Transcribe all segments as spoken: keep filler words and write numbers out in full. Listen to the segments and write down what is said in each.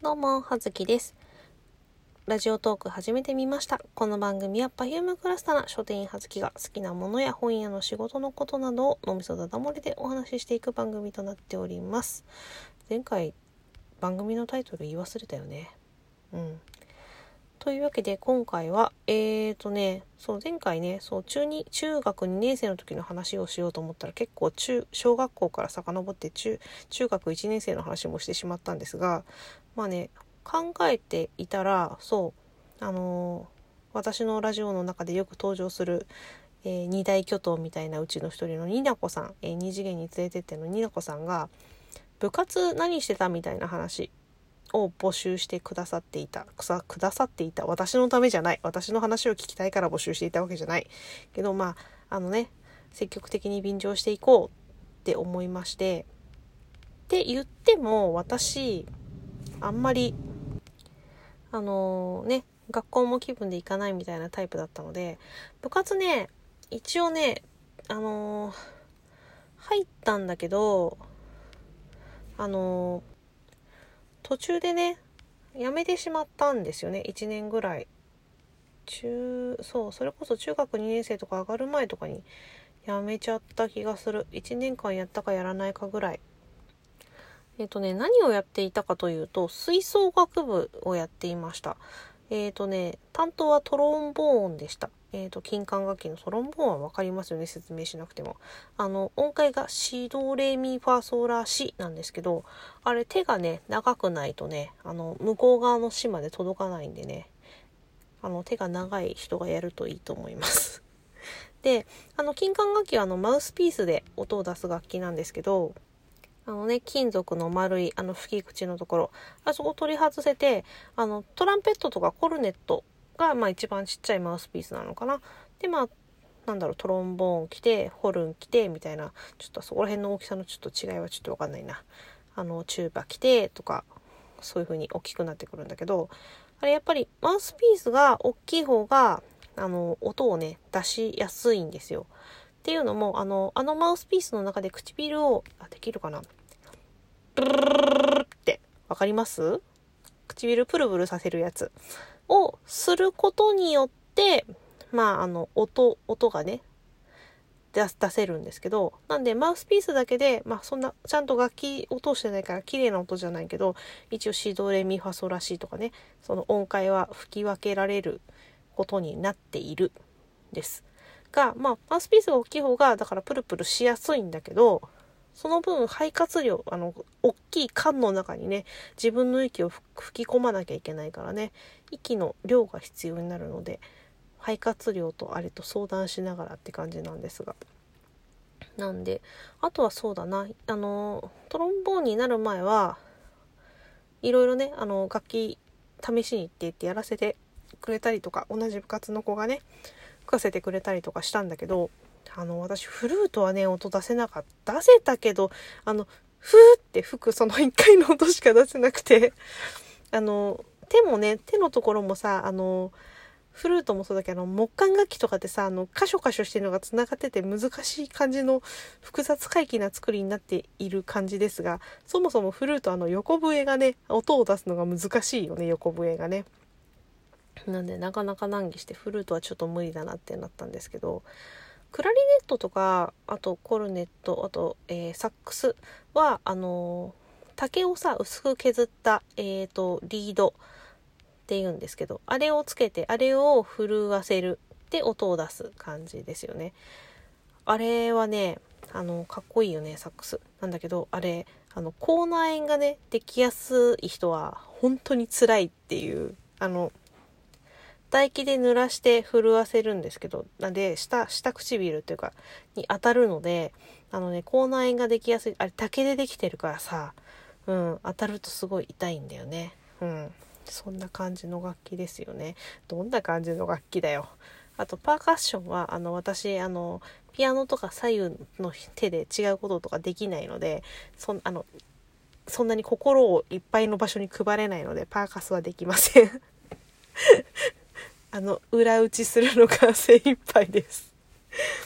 どうも、はずきです。ラジオトーク始めてみました。この番組は Perfume クラスターな書店員はずきが好きなものや本屋の仕事のことなどを脳みそだだ漏れでお話ししていく番組となっております。前回番組のタイトル言い忘れたよね。うん。というわけで今回はえーとね、そう前回ね、そう中に中学にねん生の時の話をしようと思ったら結構中小学校から遡って中中学いちねん生の話もしてしまったんですが、まあね考えていたらそうあのー、私のラジオの中でよく登場する、えー、二大巨頭みたいなうちの一人のになこさん、えー、二次元に連れてってのになこさんが部活何してたみたいな話を募集してくださっていたくさくださっていた私のためじゃない、私の話を聞きたいから募集していたわけじゃないけど、まああのね積極的に便乗していこうって思いまして、って言っても私あんまりあのー、ね学校も気分で行かないみたいなタイプだったので、部活ね一応ねあのー、入ったんだけどあのー途中でね辞めてしまったんですよね。いちねんぐらい中そうそれこそ中学にねん生とか上がる前とかに辞めちゃった気がする。いちねんかんやったかやらないかぐらい。えっとね何をやっていたかというと吹奏楽部をやっていました。えっとね担当はトロンボーンでした。えっと金管楽器のトロンボーンはわかりますよね、説明しなくても。あの音階がシドレミファソラシなんですけど、あれ手がね長くないとねあの向こう側のシまで届かないんでね、あの手が長い人がやるといいと思いますであの金管楽器はあのマウスピースで音を出す楽器なんですけど、あのね金属の丸いあの吹き口のところ、あそこ取り外せて、あのトランペットとかコルネットがまあ一番ちっちゃいマウスピースなのかな。でまあなんだろうトロンボーン来てホルン来てみたいな、ちょっとそこら辺の大きさのちょっと違いはちょっと分かんないな。あのチューバ来てとかそういう風に大きくなってくるんだけど、あれやっぱりマウスピースが大きい方があの音をね出しやすいんですよ。っていうのもあのあのマウスピースの中で唇をあできるかなブルルルルってわかります？唇プルプルさせるやつをすることによってまああの音音がね出出せるんですけど、なんでマウスピースだけでまあそんなちゃんと楽器を通してないから綺麗な音じゃないけど、一応シドレミファソラシとかねその音階は吹き分けられることになっているですが、まあマウスピースが大きい方がだからプルプルしやすいんだけど、その分肺活量あの大きい缶の中にね自分の息を吹き込まなきゃいけないからね、息の量が必要になるので肺活量とあれと相談しながらって感じなんですが、なんであとはそうだな、あのトロンボーンになる前はいろいろねあの楽器試しに行ってってやらせてくれたりとか、同じ部活の子がね吹かせてくれたりとかしたんだけど、あの私フルートはね音出せなかった出せたけどあのフーって吹くそのいっかいの音しか出せなくてあの手もね手のところもさ、あのフルートもそうだけど木管楽器とかってさあのカショカショしてるのがつながってて難しい感じの複雑回帰な作りになっている感じですが、そもそもフルートあの横笛がね音を出すのが難しいよね、横笛がね。なんでなかなか難儀してフルートはちょっと無理だなってなったんですけど、クラリネットとかあとコルネットあと、えー、サックスはあのー、竹をさ薄く削った、えーと、リードっていうんですけど、あれをつけてあれを震わせるで音を出す感じですよね。あれはねあのかっこいいよねサックスなんだけど、あれあの口内炎がねできやすい人は本当に辛いっていう、あの唾液で濡らして震わせるんですけど、なんで下下唇というかに当たるので、あのね口内炎ができやすい。あれ竹でできてるからさ、うん当たるとすごい痛いんだよね。うんそんな感じの楽器ですよね。どんな感じの楽器だよ。あとパーカッションはあの私あのピアノとか左右の手で違うこととかできないので、そんあのそんなに心をいっぱいの場所に配れないのでパーカスはできませんあの裏打ちするのが精一杯です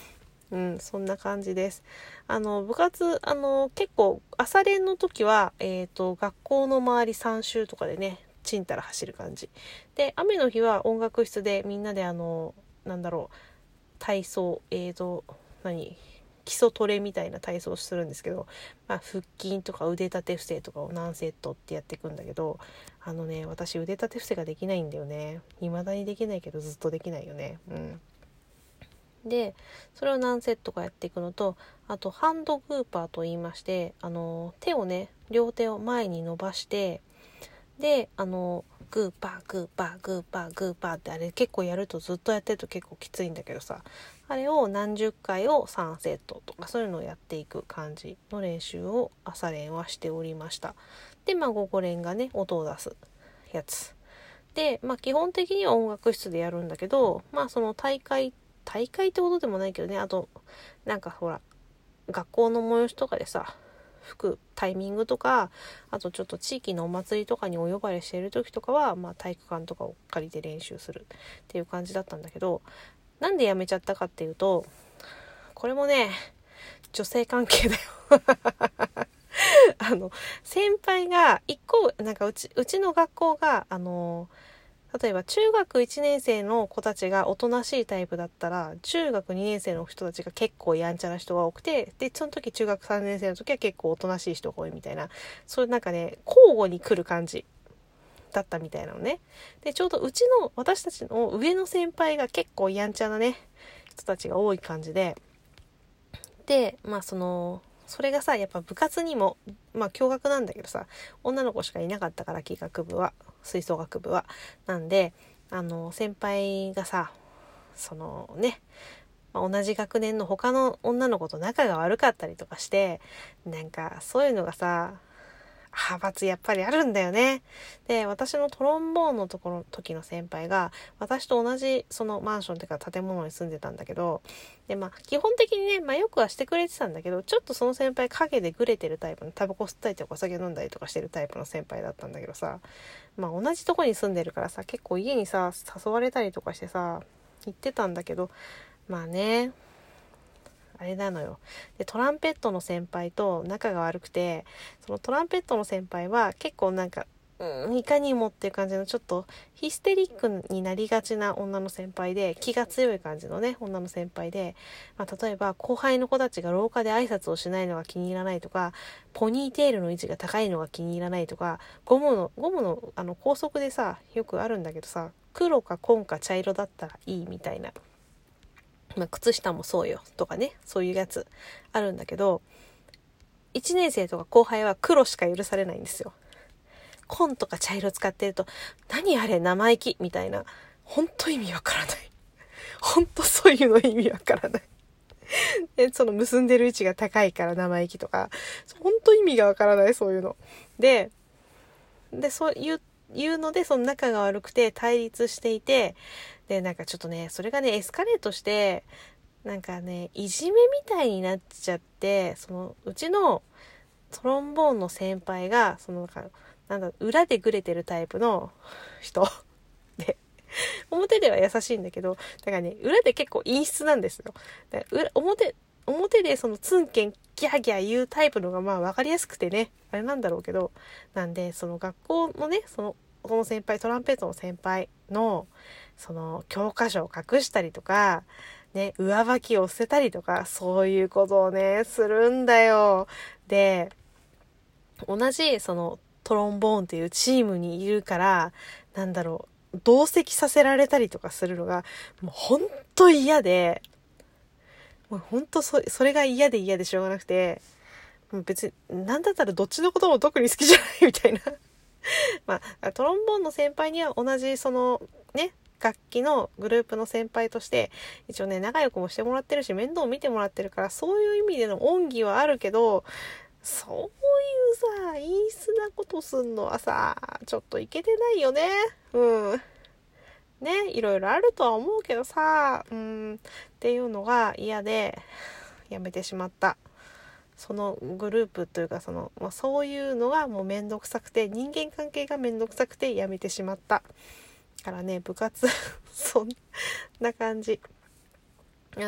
うん、そんな感じです。あの、部活、あの、結構、朝練の時は、えっと、学校の周りさん周とかでね、ちんたら走る感じ。で、雨の日は音楽室でみんなであの、なんだろう、体操、えーと、何基礎トレみたいな体操をするんですけど、まあ、腹筋とか腕立て伏せとかを何セットってやっていくんだけど、あのね、私腕立て伏せができないんだよね。未だにできないけどずっとできないよね。うん。で、それを何セットかやっていくのと、あとハンドグーパーと言いまして、あの手をね、両手を前に伸ばして、で、あのグーパーグーパーグーパーグーパーってあれ結構やるとずっとやってると結構きついんだけどさ、あれを何十回をさんセットとかそういうのをやっていく感じの練習を朝練はしておりました。で、まあ午後練がね、音を出すやつで、まあ基本的には音楽室でやるんだけど、まあその大会大会ってことでもないけどね、あとなんかほら学校の催しとかでさ、吹くタイミングとか、あとちょっと地域のお祭りとかにお呼ばれしている時とかは、まあ、体育館とかを借りて練習するっていう感じだったんだけど、なんでやめちゃったかっていうと、これもね、女性関係だよあの先輩が一個なんかうちうちの学校があの例えば中学いちねん生の子たちがおとなしいタイプだったら、中学にねん生の人たちが結構やんちゃな人が多くて、でその時中学さんねん生の時は結構おとなしい人が多いみたいな、そういうなんかね、交互に来る感じだったみたいなのね。でちょうどうちの私たちの上の先輩が結構やんちゃなね人たちが多い感じで、でまあそのそれがさ、やっぱ部活にもまあ共学なんだけどさ、女の子しかいなかったから、気学部は吹奏楽部はなんで、あの先輩がさ、そのね、まあ、同じ学年の他の女の子と仲が悪かったりとかして、なんかそういうのがさ、派閥やっぱりあるんだよね。で、私のトロンボーンのところ時の先輩が私と同じそのマンションっていうか建物に住んでたんだけど、でまあ基本的にね、まあよくはしてくれてたんだけど、ちょっとその先輩陰でグレてるタイプの、タバコ吸ったりとかお酒飲んだりとかしてるタイプの先輩だったんだけどさ、まあ同じとこに住んでるからさ、結構家にさ誘われたりとかしてさ行ってたんだけど、まあね、あれなのよ。で、トランペットの先輩と仲が悪くて、そのトランペットの先輩は結構なんか、うん、いかにもっていう感じのちょっとヒステリックになりがちな女の先輩で、気が強い感じのね、女の先輩で、まあ、例えば後輩の子たちが廊下で挨拶をしないのが気に入らないとか、ポニーテールの位置が高いのが気に入らないとか、ゴムの、ゴムのあの高速でさ、よくあるんだけどさ、黒か紺か茶色だったらいいみたいな。まあ、靴下もそうよとかね、そういうやつあるんだけど、いちねん生とか後輩は黒しか許されないんですよ。紺とか茶色使ってると、何あれ生意気みたいな、ほんと意味わからない。ほんとそういうの意味わからない。で、その結んでる位置が高いから生意気とか、ほんと意味がわからない、そういうの。で、で、そういういうので、その仲が悪くて対立していて、でなんかちょっとね、それがねエスカレートして、なんかねいじめみたいになっちゃって、そのうちのトロンボーンの先輩がそのなんかなんだ裏でグレてるタイプの人で、表では優しいんだけど、だからね裏で結構陰湿なんですよ。だ裏表表でそのツンケンギャーギャー言うタイプのがまあ分かりやすくてね、あれなんだろうけど、なんでその学校のね、そのこの先輩、トランペットの先輩のその教科書を隠したりとかね、上履きを捨てたりとか、そういうことをねするんだよ。で、同じそのトロンボーンっていうチームにいるから、なんだろう、同席させられたりとかするのがもうほんと嫌で、もうほんとそそれが嫌で嫌でしょうがなくて、もう別になんだったらどっちのことも特に好きじゃないみたいなまあトロンボーンの先輩には同じそのね楽器のグループの先輩として一応ね仲良くもしてもらってるし、面倒を見てもらってるから、そういう意味での恩義はあるけど、そういうさ陰湿なことすんのはさちょっといけてないよね。うんね、いろいろあるとは思うけどさ、うんっていうのが嫌でやめてしまった。そのグループというかその、まあ、そういうのがもうめんどくさくて、人間関係がめんどくさくてやめてしまったからね、部活そんな感じなんで、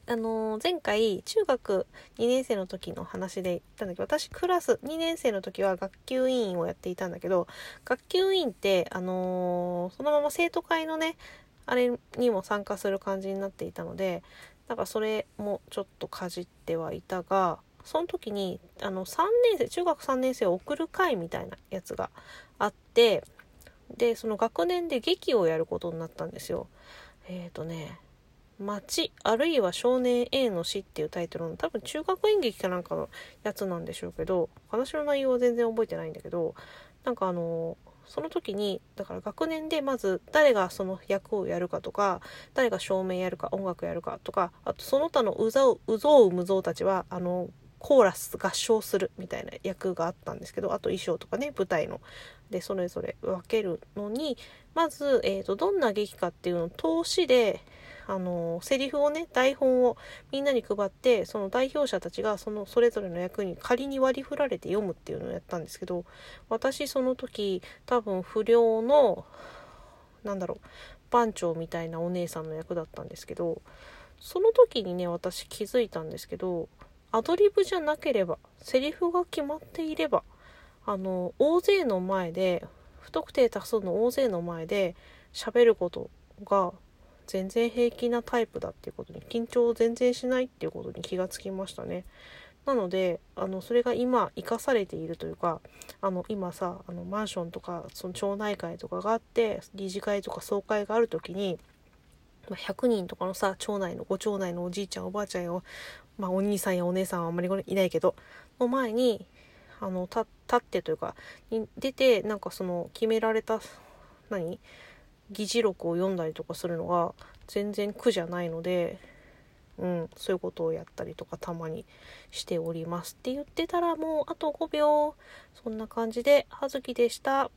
あのー、前回中学にねん生の時の話で言ったんだけど、私クラスにねん生の時は学級委員をやっていたんだけど、学級委員ってあのー、そのまま生徒会のねあれにも参加する感じになっていたので、なんかそれもちょっとかじってはいたが、その時にあのさんねん生中学さんねん生を送る会みたいなやつがあって、でその学年で劇をやることになったんですよ。えっとね街あるいは少年 A の死っていうタイトルの、多分中学演劇かなんかのやつなんでしょうけど、話の内容は全然覚えてないんだけど、なんかあのその時にだから学年でまず誰がその役をやるかとか、誰が照明やるか音楽やるかとか、あとその他のうざううぞうむぞうたちはあのコーラス合唱するみたいな役があったんですけど、あと衣装とかね舞台のでそれぞれ分けるのに、まず、えーと、どんな劇かっていうのを通しであのセリフをね台本をみんなに配って、その代表者たちがそのそれぞれの役に仮に割り振られて読むっていうのをやったんですけど、私その時多分不良のなんだろう番長みたいなお姉さんの役だったんですけど、その時にね私気づいたんですけど、アドリブじゃなければセリフが決まっていればあの大勢の前で不特定多数の大勢の前で喋ることが全然平気なタイプだっていうことに、緊張を全然しないっていうことに気がつきましたね。なのであのそれが今生かされているというか、あの今さあのマンションとかその町内会とかがあって理事会とか総会がある時に、まあ、ひゃくにんとかのさ町内のご町内のおじいちゃんおばあちゃんよ、まあ、お兄さんやお姉さんはあんまりいないけどの前にあの立ってというかに出て、なんかその決められた何議事録を読んだりとかするのが全然苦じゃないので、うん、そういうことをやったりとかたまにしておりますって言ってたらもうあとごびょう、そんな感じで葉月でした。